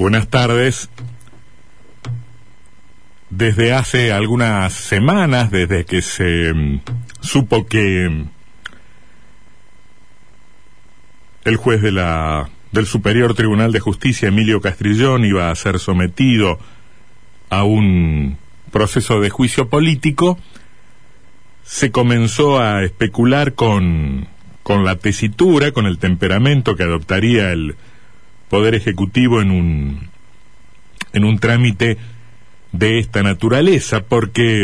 Buenas tardes. Desde hace algunas semanas, desde que se supo que el juez del Superior Tribunal de Justicia, Emilio Castrillón, iba a ser sometido a un proceso de juicio político, se comenzó a especular con la tesitura, con el temperamento que adoptaría el Poder Ejecutivo en un trámite de esta naturaleza, porque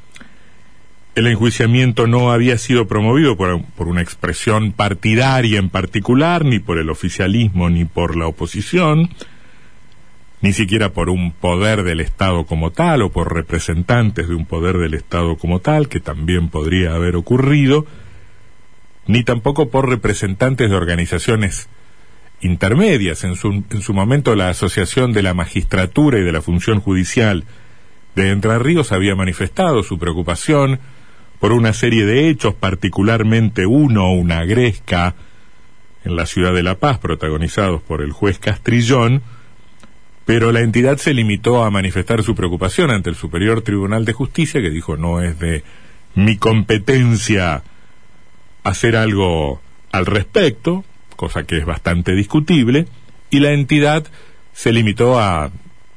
el enjuiciamiento no había sido promovido por una expresión partidaria en particular, ni por el oficialismo, ni por la oposición, ni siquiera por un poder del Estado como tal, o por representantes de un poder del Estado como tal, que también podría haber ocurrido, ni tampoco por representantes de organizaciones intermedias. En su momento, la Asociación de la Magistratura y de la Función Judicial de Entre Ríos había manifestado su preocupación por una serie de hechos, particularmente una gresca en la ciudad de La Paz, protagonizados por el juez Castrillón, pero la entidad se limitó a manifestar su preocupación ante el Superior Tribunal de Justicia, que dijo: no es de mi competencia hacer algo al respecto, cosa que es bastante discutible, y la entidad se limitó a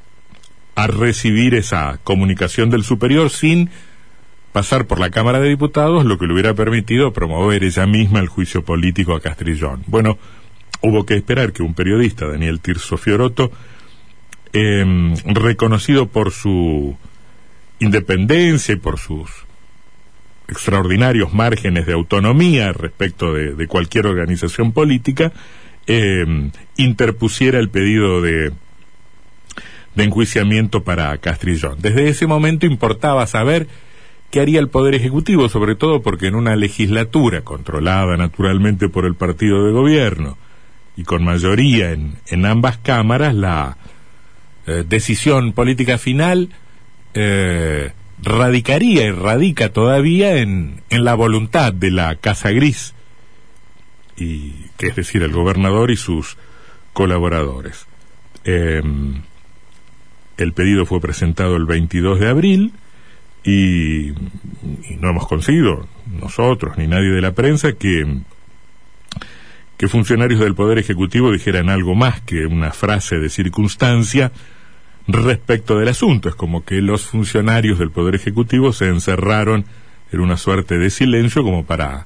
recibir esa comunicación del superior sin pasar por la Cámara de Diputados, lo que le hubiera permitido promover ella misma el juicio político a Castrillón. Bueno, hubo que esperar que un periodista, Daniel Tirso Fioroto, reconocido por su independencia y por sus extraordinarios márgenes de autonomía respecto de cualquier organización política, interpusiera el pedido de enjuiciamiento para Castrillón. Desde ese momento importaba saber qué haría el Poder Ejecutivo, sobre todo porque en una legislatura controlada naturalmente por el partido de gobierno y con mayoría en ambas cámaras, la decisión política final radicaría y radica todavía en la voluntad de la Casa Gris, y que es decir, el gobernador y sus colaboradores. El pedido fue presentado el 22 de abril y no hemos conseguido, nosotros ni nadie de la prensa, que funcionarios del Poder Ejecutivo dijeran algo más que una frase de circunstancia respecto del asunto. Es como que los funcionarios del Poder Ejecutivo se encerraron en una suerte de silencio como para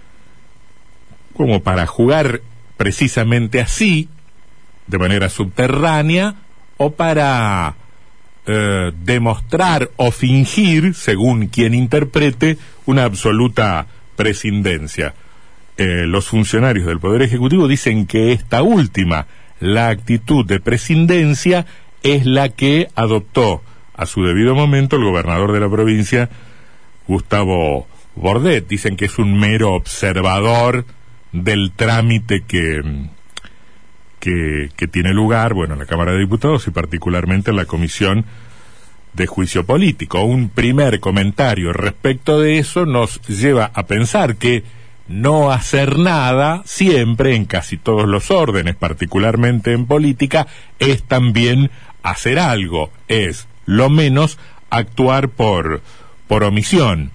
jugar precisamente así, de manera subterránea, o para demostrar o fingir, según quien interprete, una absoluta prescindencia. Los funcionarios del Poder Ejecutivo dicen que esta última, la actitud de prescindencia, es la que adoptó a su debido momento el gobernador de la provincia, Gustavo Bordet. Dicen que es un mero observador del trámite que tiene lugar, bueno, en la Cámara de Diputados y particularmente en la Comisión de Juicio Político. Un primer comentario respecto de eso nos lleva a pensar que no hacer nada siempre, en casi todos los órdenes, particularmente en política, es también hacer algo, es lo menos actuar por omisión.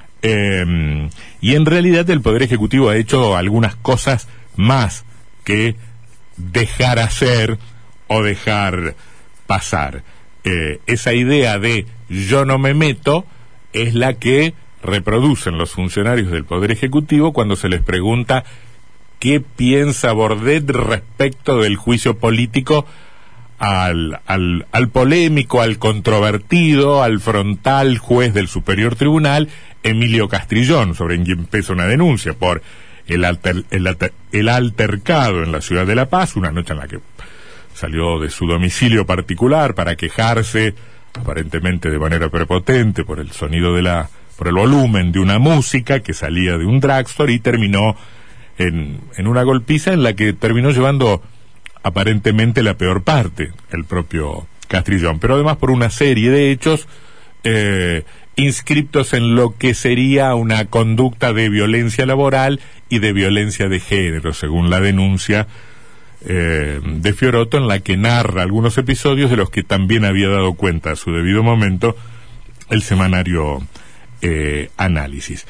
Y en realidad el Poder Ejecutivo ha hecho algunas cosas más que dejar hacer o dejar pasar. Esa idea de yo no me meto es la que reproducen los funcionarios del Poder Ejecutivo cuando se les pregunta qué piensa Bordet respecto del juicio político al polémico, al controvertido, al frontal juez del Superior Tribunal, Emilio Castrillón, sobre quien pesa una denuncia por el altercado en la ciudad de La Paz, una noche en la que salió de su domicilio particular para quejarse, aparentemente de manera prepotente, por el volumen de una música que salía de un drugstore, y terminó en una golpiza en la que terminó llevando aparentemente la peor parte el propio Castrillón, pero además por una serie de hechos inscriptos en lo que sería una conducta de violencia laboral y de violencia de género, según la denuncia de Fiorotto, en la que narra algunos episodios de los que también había dado cuenta a su debido momento el semanario Análisis.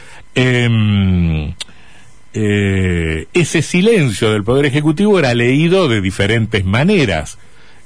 Ese silencio del Poder Ejecutivo era leído de diferentes maneras,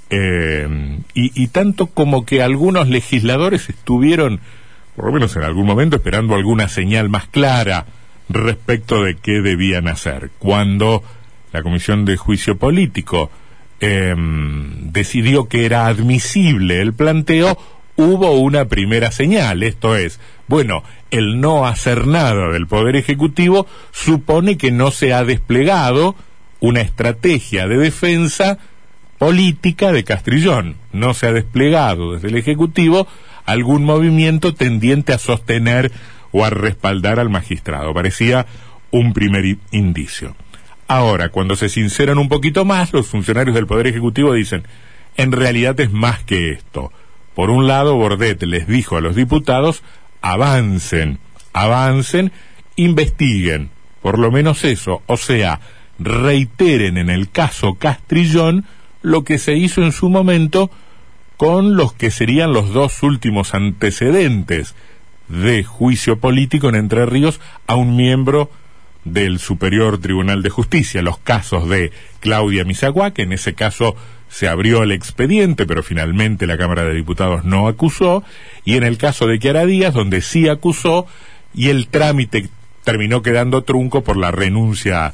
y tanto como que algunos legisladores estuvieron, por lo menos en algún momento, esperando alguna señal más clara respecto de qué debían hacer. Cuando la Comisión de Juicio Político decidió que era admisible el planteo, hubo una primera señal, esto es, bueno, el no hacer nada del Poder Ejecutivo supone que no se ha desplegado una estrategia de defensa política de Castrillón, no se ha desplegado desde el Ejecutivo algún movimiento tendiente a sostener o a respaldar al magistrado. Parecía un primer indicio. Ahora, cuando se sinceran un poquito más, los funcionarios del Poder Ejecutivo dicen, en realidad es más que esto. Por un lado, Bordet les dijo a los diputados, avancen, investiguen, por lo menos eso, o sea, reiteren en el caso Castrillón lo que se hizo en su momento con los que serían los dos últimos antecedentes de juicio político en Entre Ríos a un miembro del Superior Tribunal de Justicia, los casos de Claudia Misaguá, que en ese caso se abrió el expediente, pero finalmente la Cámara de Diputados no acusó, y en el caso de Chiara Díaz, donde sí acusó, y el trámite terminó quedando trunco por la renuncia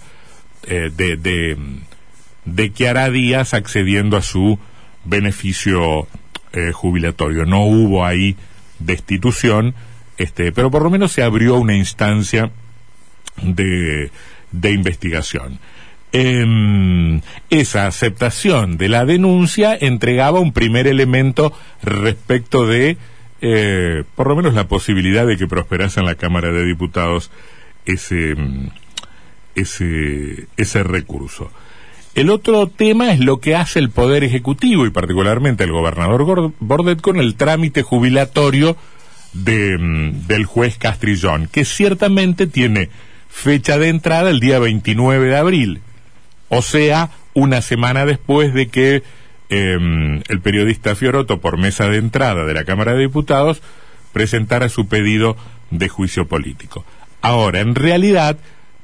de Chiara Díaz accediendo a su beneficio jubilatorio. No hubo ahí destitución, pero por lo menos se abrió una instancia de investigación. Esa aceptación de la denuncia entregaba un primer elemento respecto de por lo menos la posibilidad de que prosperase en la Cámara de Diputados ese recurso. El otro tema es lo que hace el Poder Ejecutivo y particularmente el gobernador Bordet con el trámite jubilatorio del juez Castrillón, que ciertamente tiene fecha de entrada el día 29 de abril, o sea, una semana después de que el periodista Fiorotto, por mesa de entrada de la Cámara de Diputados, presentara su pedido de juicio político. Ahora, en realidad,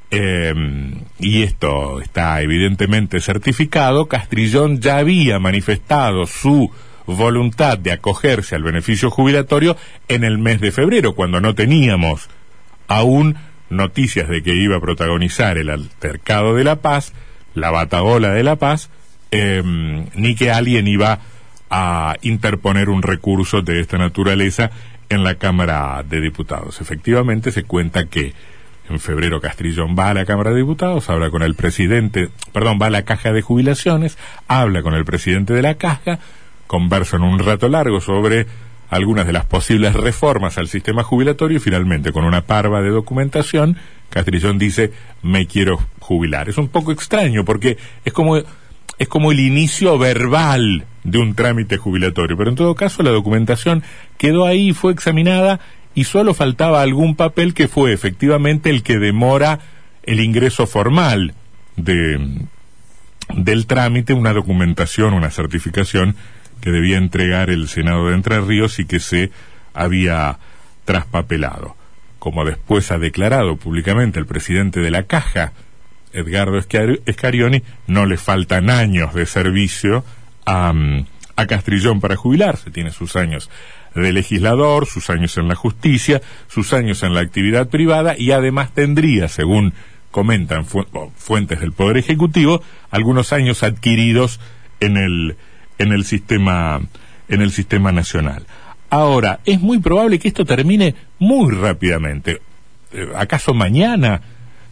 y esto está evidentemente certificado, Castrillón ya había manifestado su voluntad de acogerse al beneficio jubilatorio en el mes de febrero, cuando no teníamos aún noticias de que iba a protagonizar el altercado de La Paz, la batahola de La Paz, ni que alguien iba a interponer un recurso de esta naturaleza en la Cámara de Diputados. Efectivamente, se cuenta que en febrero Castrillón va a la Cámara de Diputados, habla con el presidente, va a la Caja de Jubilaciones, habla con el presidente de la Caja, conversan un rato largo sobre algunas de las posibles reformas al sistema jubilatorio y finalmente, con una parva de documentación, Castrillón dice, me quiero jubilar. Es un poco extraño porque es como el inicio verbal de un trámite jubilatorio, pero en todo caso la documentación quedó ahí, fue examinada y solo faltaba algún papel que fue efectivamente el que demora el ingreso formal del trámite, una documentación, una certificación que debía entregar el Senado de Entre Ríos y que se había traspapelado. Como después ha declarado públicamente el presidente de la Caja, Edgardo Escarioni, no le faltan años de servicio a Castrillón para jubilarse. Tiene sus años de legislador, sus años en la justicia, sus años en la actividad privada y además tendría, según comentan fuentes del Poder Ejecutivo, algunos años adquiridos en el sistema nacional. Ahora, es muy probable que esto termine muy rápidamente. ¿Acaso mañana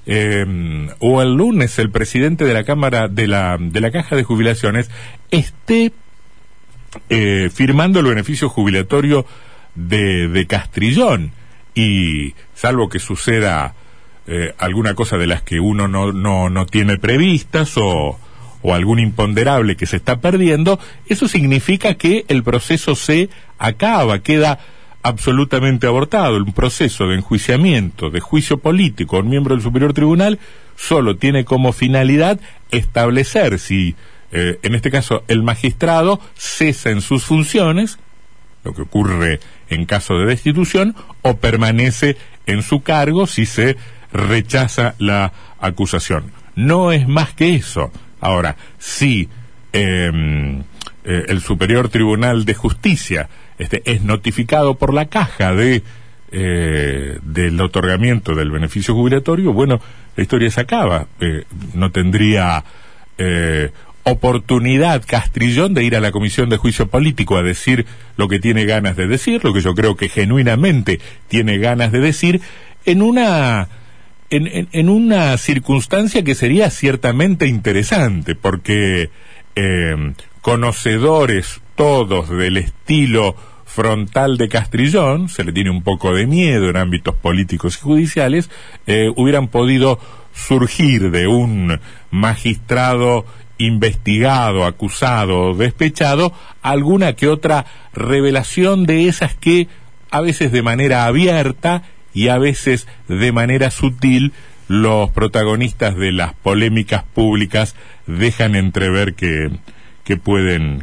o el lunes el presidente de la Cámara de la Caja de Jubilaciones esté firmando el beneficio jubilatorio de Castrillón? Y salvo que suceda alguna cosa de las que uno no tiene previstas o algún imponderable que se está perdiendo, eso significa que el proceso se acaba, queda absolutamente abortado. Un proceso de enjuiciamiento, de juicio político a un miembro del Superior Tribunal solo tiene como finalidad establecer si, en este caso, el magistrado cesa en sus funciones, lo que ocurre en caso de destitución, o permanece en su cargo si se rechaza la acusación. No es más que eso. Ahora, si el Superior Tribunal de Justicia es notificado por la caja del otorgamiento del beneficio jubilatorio, bueno, la historia se acaba. No tendría oportunidad Castrillón de ir a la Comisión de Juicio Político a decir lo que tiene ganas de decir, lo que yo creo que genuinamente tiene ganas de decir, en una circunstancia que sería ciertamente interesante, porque conocedores todos del estilo frontal de Castrillón, se le tiene un poco de miedo en ámbitos políticos y judiciales, hubieran podido surgir de un magistrado investigado, acusado, despechado, alguna que otra revelación de esas que a veces de manera abierta y a veces de manera sutil los protagonistas de las polémicas públicas dejan entrever que pueden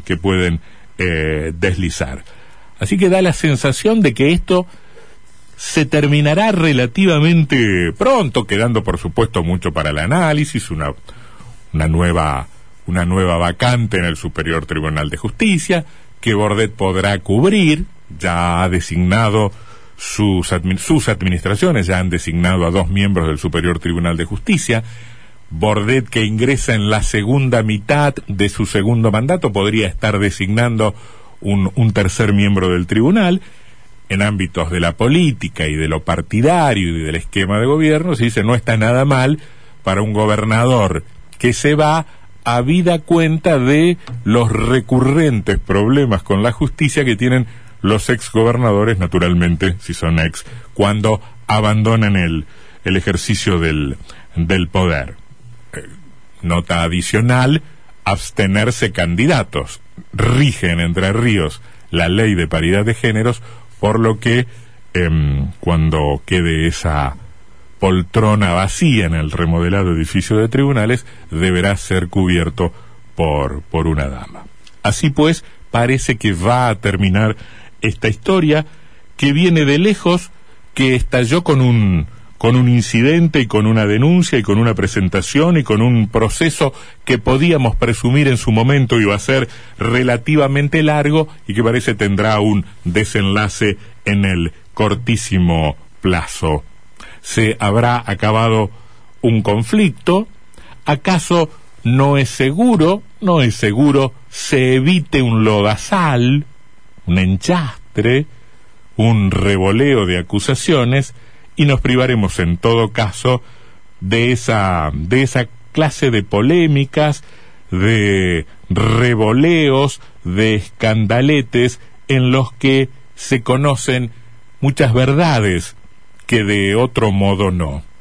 deslizar. Así que da la sensación de que esto se terminará relativamente pronto, quedando por supuesto mucho para el análisis, una nueva vacante en el Superior Tribunal de Justicia, que Bordet podrá cubrir. Ya ha designado sus administraciones, ya han designado a 2 miembros del Superior Tribunal de Justicia. Bordet, que ingresa en la segunda mitad de su segundo mandato, podría estar designando un tercer miembro del tribunal. En ámbitos de la política y de lo partidario y del esquema de gobierno, se dice, no está nada mal para un gobernador que se va habida cuenta de los recurrentes problemas con la justicia que tienen los exgobernadores, naturalmente, si son ex, cuando abandonan el ejercicio del poder. Nota adicional, abstenerse candidatos. Rige en Entre Ríos la ley de paridad de géneros, por lo que cuando quede esa poltrona vacía en el remodelado edificio de tribunales, deberá ser cubierto por una dama. Así pues, parece que va a terminar esta historia que viene de lejos, que estalló con un incidente y con una denuncia y con una presentación y con un proceso que podíamos presumir en su momento iba a ser relativamente largo y que parece tendrá un desenlace en el cortísimo plazo. ¿Se habrá acabado un conflicto? ¿Acaso no es seguro se evite un lodazal, un enchastre, un revoleo de acusaciones, y nos privaremos en todo caso de esa clase de polémicas, de revoleos, de escandaletes en los que se conocen muchas verdades que de otro modo no?